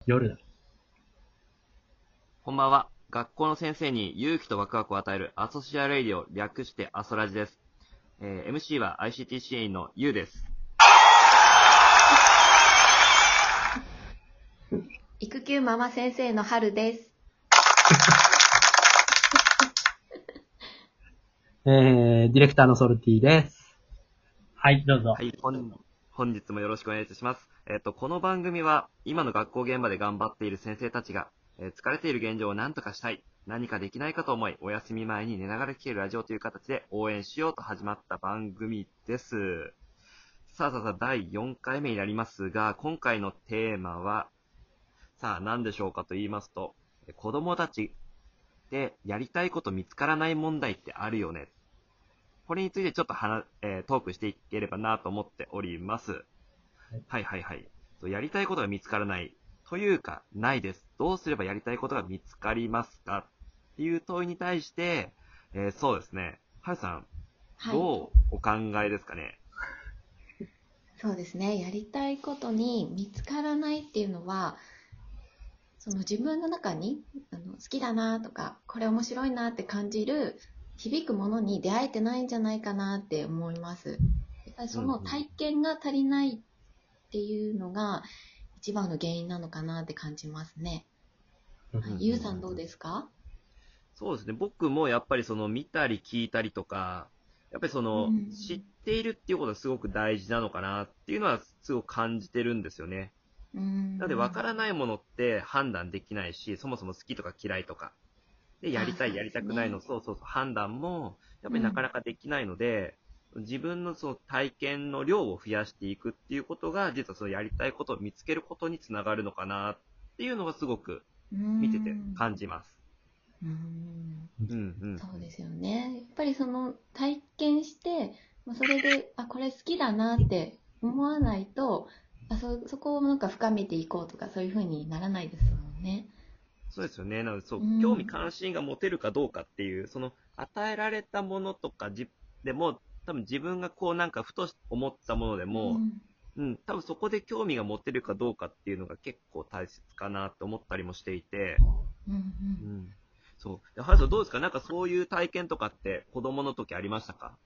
夜だ。 こんばんは。学校の先生に勇気とワクワクを与えるアソシアレイディオ、略してアソラジです。MC は ICT 支援員のゆうです。 育休ママ先生の春です。 ディレクターのソルティです。はい、どうぞ。 はい、本日もよろしくお願いいたします。この番組は、今の学校現場で頑張っている先生たちが、疲れている現状を何とかしたい、何かできないかと思い、お休み前に寝ながら聞けるラジオという形で応援しようと始まった番組です。さあ、第4回目になりますが、今回のテーマは、さあ、何でしょうかと言いますと、子供たちでやりたいこと見つからない問題ってあるよね。これについてちょっとトークしていければなと思っております。はい。やりたいことが見つからない。というか、ないです。どうすればやりたいことが見つかりますかっていう問いに対して、そうですね。はるさん、 はい。 どうお考えですかね。 そうですね。やりたいことに見つからないっていうのは、その自分の中に好きだなとか、これ面白いなって感じる、響くものに出会えてないんじゃないかなって思います。やっぱりその体験が足りないっていうのが一番の原因なのかなって感じますね。ゆうさんどうですか？ そうですね。僕もやっぱり見たり聞いたりとか、やっぱり知っているっていうことがすごく大事なのかなっていうのはすごく感じてるんですよね。なので分からないものって判断できないし、そもそも好きとか嫌いとか、で、やりたい、やりたくないの、そう、判断も、やっぱりなかなかできないので、自分のその体験の量を増やしていくっていうことが、実はそのやりたいことを見つけることにつながるのかなっていうのがすごく見てて感じます。 そうですよね。やっぱりその体験して、それで、これ好きだなって思わないと、そこをなんか深めていこうとか、そういう風にならないですもんね。 そうですよね。なので、興味関心が持てるかどうかっていう、与えられたものとかでも、多分自分がなんかふと思ったものでも、多分そこで興味が持てるかどうかっていうのが結構大切かなって思ったりもしていて、そう。はるさんどうですか？なんかそういう体験とかって子供の時ありましたか？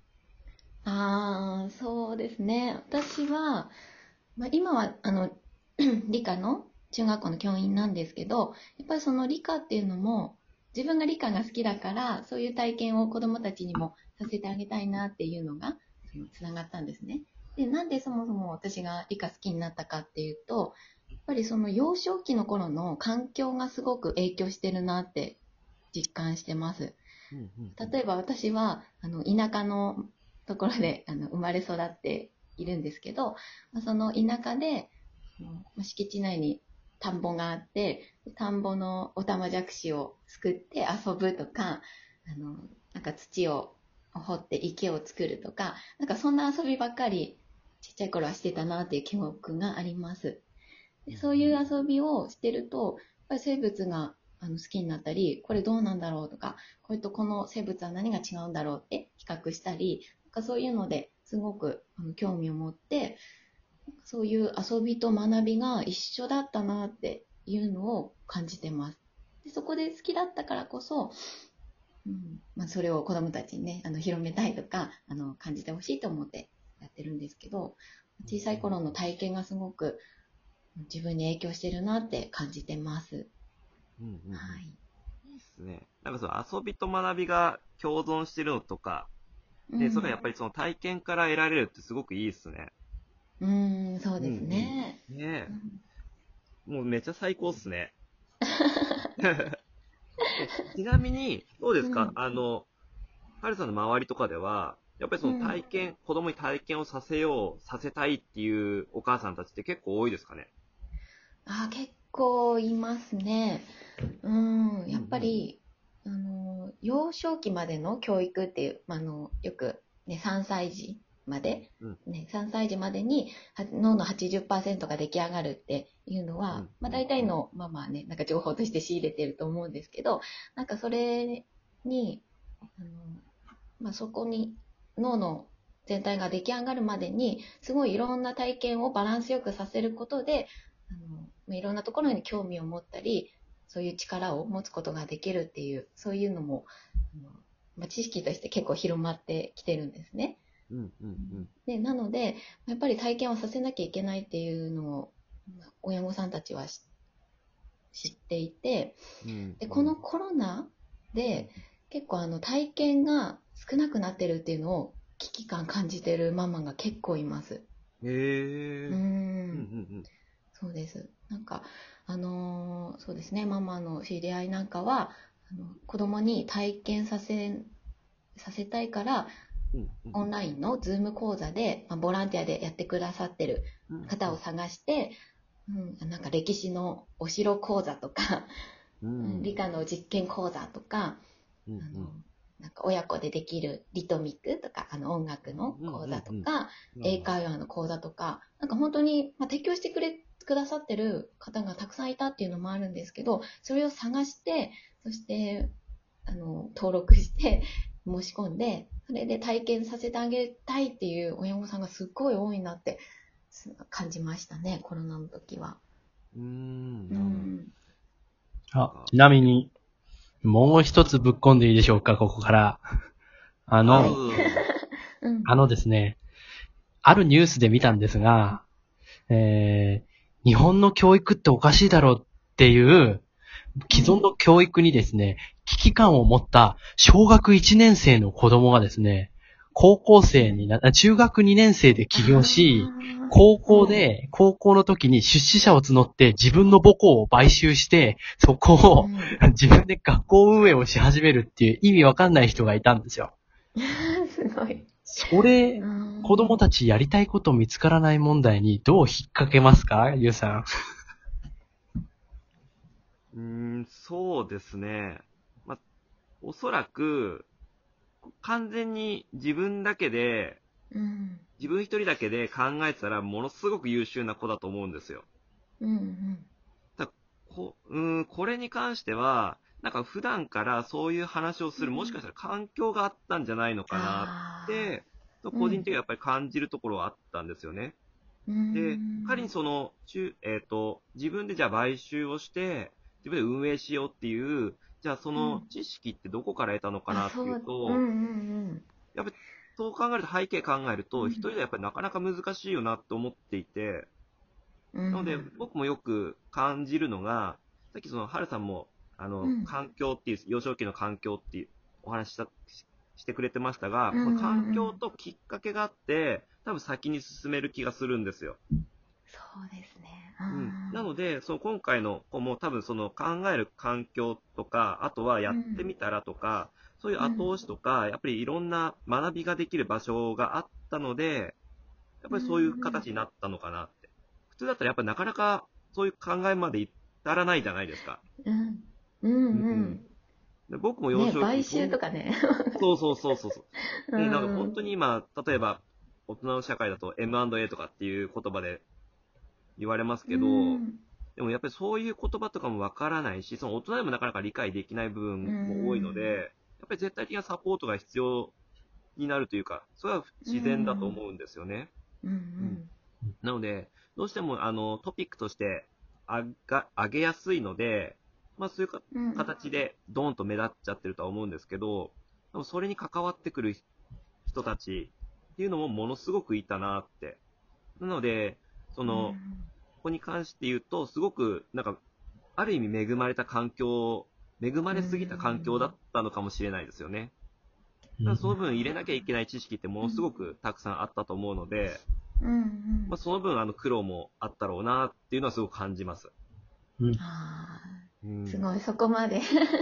そうですね。私は、今は、理科の中学校の教員なんですけど、やっぱりその理科っていうのも、自分が理科が好きだから、そういう体験を子供たちにもさせてあげたいなっていうのが、つながったんですね。で、なんでそもそも私が理科好きになったかっていうと、やっぱりその幼少期の頃の環境がすごく影響してるなって実感してます。例えば私は、田舎のところで生まれ育っているんですけど、その田舎で、敷地内に田んぼがあって、田んぼのオタマジャクシをすくって遊ぶとか、なんか土を掘って池を作るとか、なんかそんな遊びばっかりちっちゃい頃はしてたなっていう記憶があります。でそういう遊びをしてると、やっぱり生物が好きになったり、これどうなんだろうとか、これとこの生物は何が違うんだろうって比較したり、なんかそういうのですごく興味を持って、そういう遊びと学びが一緒だったなっていうのを感じてます。でそこで好きだったからこそ、それを子供たちにね、広めたいとか、感じてほしいと思ってやってるんですけど、小さい頃の体験がすごく自分に影響してるなって感じてます。 はい。いいですね。なんか遊びと学びが共存してるのとか、で、それがやっぱりその体験から得られるってすごくいいですね。 そうですね。 ねえ。もうめっちゃ最高っすね。ちなみに、どうですか？はるさんの周りとかでは、やっぱりその子供に体験をさせたいっていうお母さんたちって結構多いですかね？ 結構いますね。やっぱり、幼少期までの教育っていう、よくね、3歳児まで、3歳児までに脳の80%が出来上がるっていうのは、大体のママはね、なんか情報として仕入れてると思うんですけど、なんかそれに、そこに脳の全体が出来上がるまでに、すごいいろんな体験をバランスよくさせることで、 いろんなところに興味を持ったり、そういう力を持つことができるっていう、そういうのも、知識として結構広まってきてるんですね。で、なので、やっぱり体験をさせなきゃいけないっていうのを、親御さんたちは知っていて、で、このコロナで結構体験が少なくなってるっていうのを危機感感じてるママが結構います。そうです。なんか、そうですね、ママの知り合いなんかは、子供に体験させたいから、オンラインのズーム講座で、ボランティアでやってくださってる方を探して、なんか歴史のお城講座とか、理科の実験講座とか、なんか親子でできるリトミックとか、音楽の講座とか、英会話の講座とか、なんか本当に、提供してくださってる方がたくさんいたっていうのもあるんですけど、それを探して、そして、登録して申し込んで、それで体験させてあげたいっていう親御さんがすっごい多いなって感じましたね、コロナの時は。 ちなみに、もう一つぶっ込んでいいでしょうか、ここから。ですね、あるニュースで見たんですが、日本の教育っておかしいだろうっていう既存の教育にですね、危機感を持った小学1年生の子供がですね、中学2年生で起業し、高校の時に出資者を募って自分の母校を買収して、そこを自分で学校運営をし始めるっていう意味わかんない人がいたんですよ。 すごい。 それ、子供たちやりたいこと見つからない問題にどう引っ掛けますか、ゆうさん。そうですね。おそらく、完全に自分一人だけで考えてたら、ものすごく優秀な子だと思うんですよ。これに関しては、なんか普段からそういう話をする、もしかしたら環境があったんじゃないのかなって、個人的にはやっぱり感じるところはあったんですよね。で、仮に自分でじゃあ買収をして、自分で運営しようっていう、じゃあその知識ってどこから得たのかなっていうと、やっぱりそう考えると、背景考えると、一人でやっぱりなかなか難しいよなと思っていて、なので僕もよく感じるのが、さっきはるさんも、環境っていう、幼少期の環境っていうお話してくれてましたが、環境ときっかけがあって、多分先に進める気がするんですよ。 そうですね。 なので、今回の子も多分考える環境とか、あとはやってみたらとか、そういう後押しとか、やっぱりいろんな学びができる場所があったので、やっぱりそういう形になったのかなって。普通だったらやっぱりなかなかそういう考えまで至らないじゃないですか。で僕も幼少期に、 買収とかね。 で、なんか本当に今、例えば、大人の社会だと M&A とかっていう言葉で言われますけど、でもやっぱりそういう言葉とかもわからないし、その大人でもなかなか理解できない部分も多いので、やっぱり絶対的なサポートが必要になるというか、それは自然だと思うんですよね。なので、どうしてもトピックとして上げやすいので、そういう形でドーンと目立っちゃってるとは思うんですけど、でもそれに関わってくる人たちっていうのもものすごくいたなって。なので、ここに関して言うと、すごく、なんか、ある意味恵まれすぎた環境だったのかもしれないですよね。その分入れなきゃいけない知識ってものすごくたくさんあったと思うので、その分苦労もあったろうなっていうのはすごく感じます。 すごい、そこまで。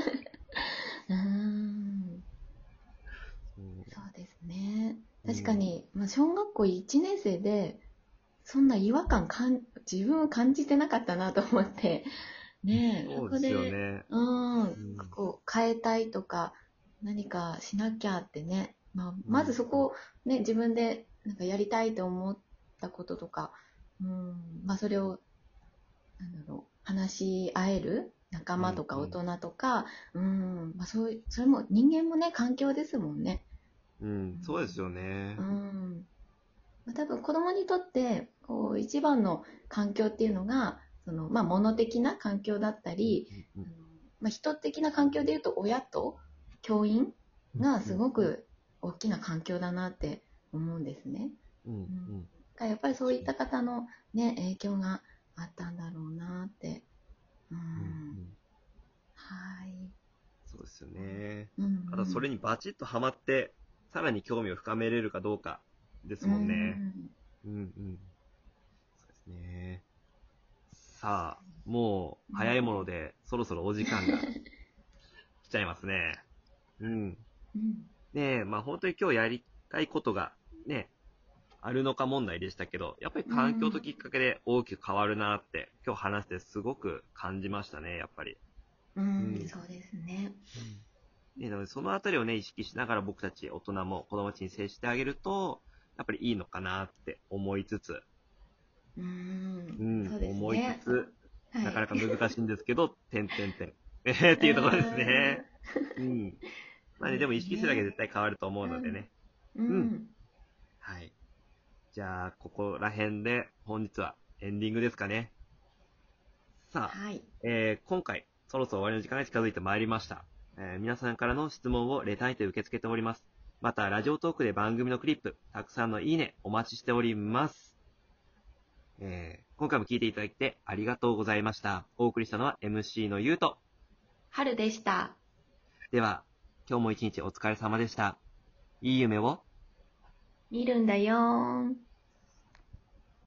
そうですね。確かに、小学校1年生で、そんな違和感自分を感じてなかったなと思って、そこで、変えたいとか、何かしなきゃってね、まずそこをね、自分でなんかやりたいと思ったこととか、それを、話し合える仲間とか大人とか、それも人間もね、環境ですもんね。 そうですよね。 多分子供にとって一番の環境っていうのが物的な環境だったり、人的な環境でいうと親と教員がすごく大きな環境だなって思うんですね。やっぱりそういった方のね、影響があったんだろうなって。はい。 そうですよね。あとそれにバチッとハマって、さらに興味を深めれるかどうかですもんね。そうですね。さあ、もう早いもので、そろそろお時間が来ちゃいますね。ねえ、本当に今日やりたいことがね、あるのか問題でしたけど、やっぱり環境ときっかけで大きく変わるなって、今日話してすごく感じましたね、やっぱり。 そうですね。 なのでそのあたりをね、意識しながら僕たち大人も子供たちに接してあげると、やっぱりいいのかなって思いつつ、思いつつ、なかなか難しいんですけど、っていうところですね。でも意識するだけで絶対変わると思うのでね。はい。じゃあ、ここら辺で本日はエンディングですかね。さあ、今回、そろそろ終わりの時間が近づいてまいりました。皆さんからの質問をレターにて受け付けております。また、ラジオトークで番組のクリップ、たくさんのいいね、お待ちしております。今回も聞いていただいてありがとうございました。お送りしたのは MC のゆうと、 はるでした。 では、今日も一日お疲れ様でした。いい夢を見るんだよーん。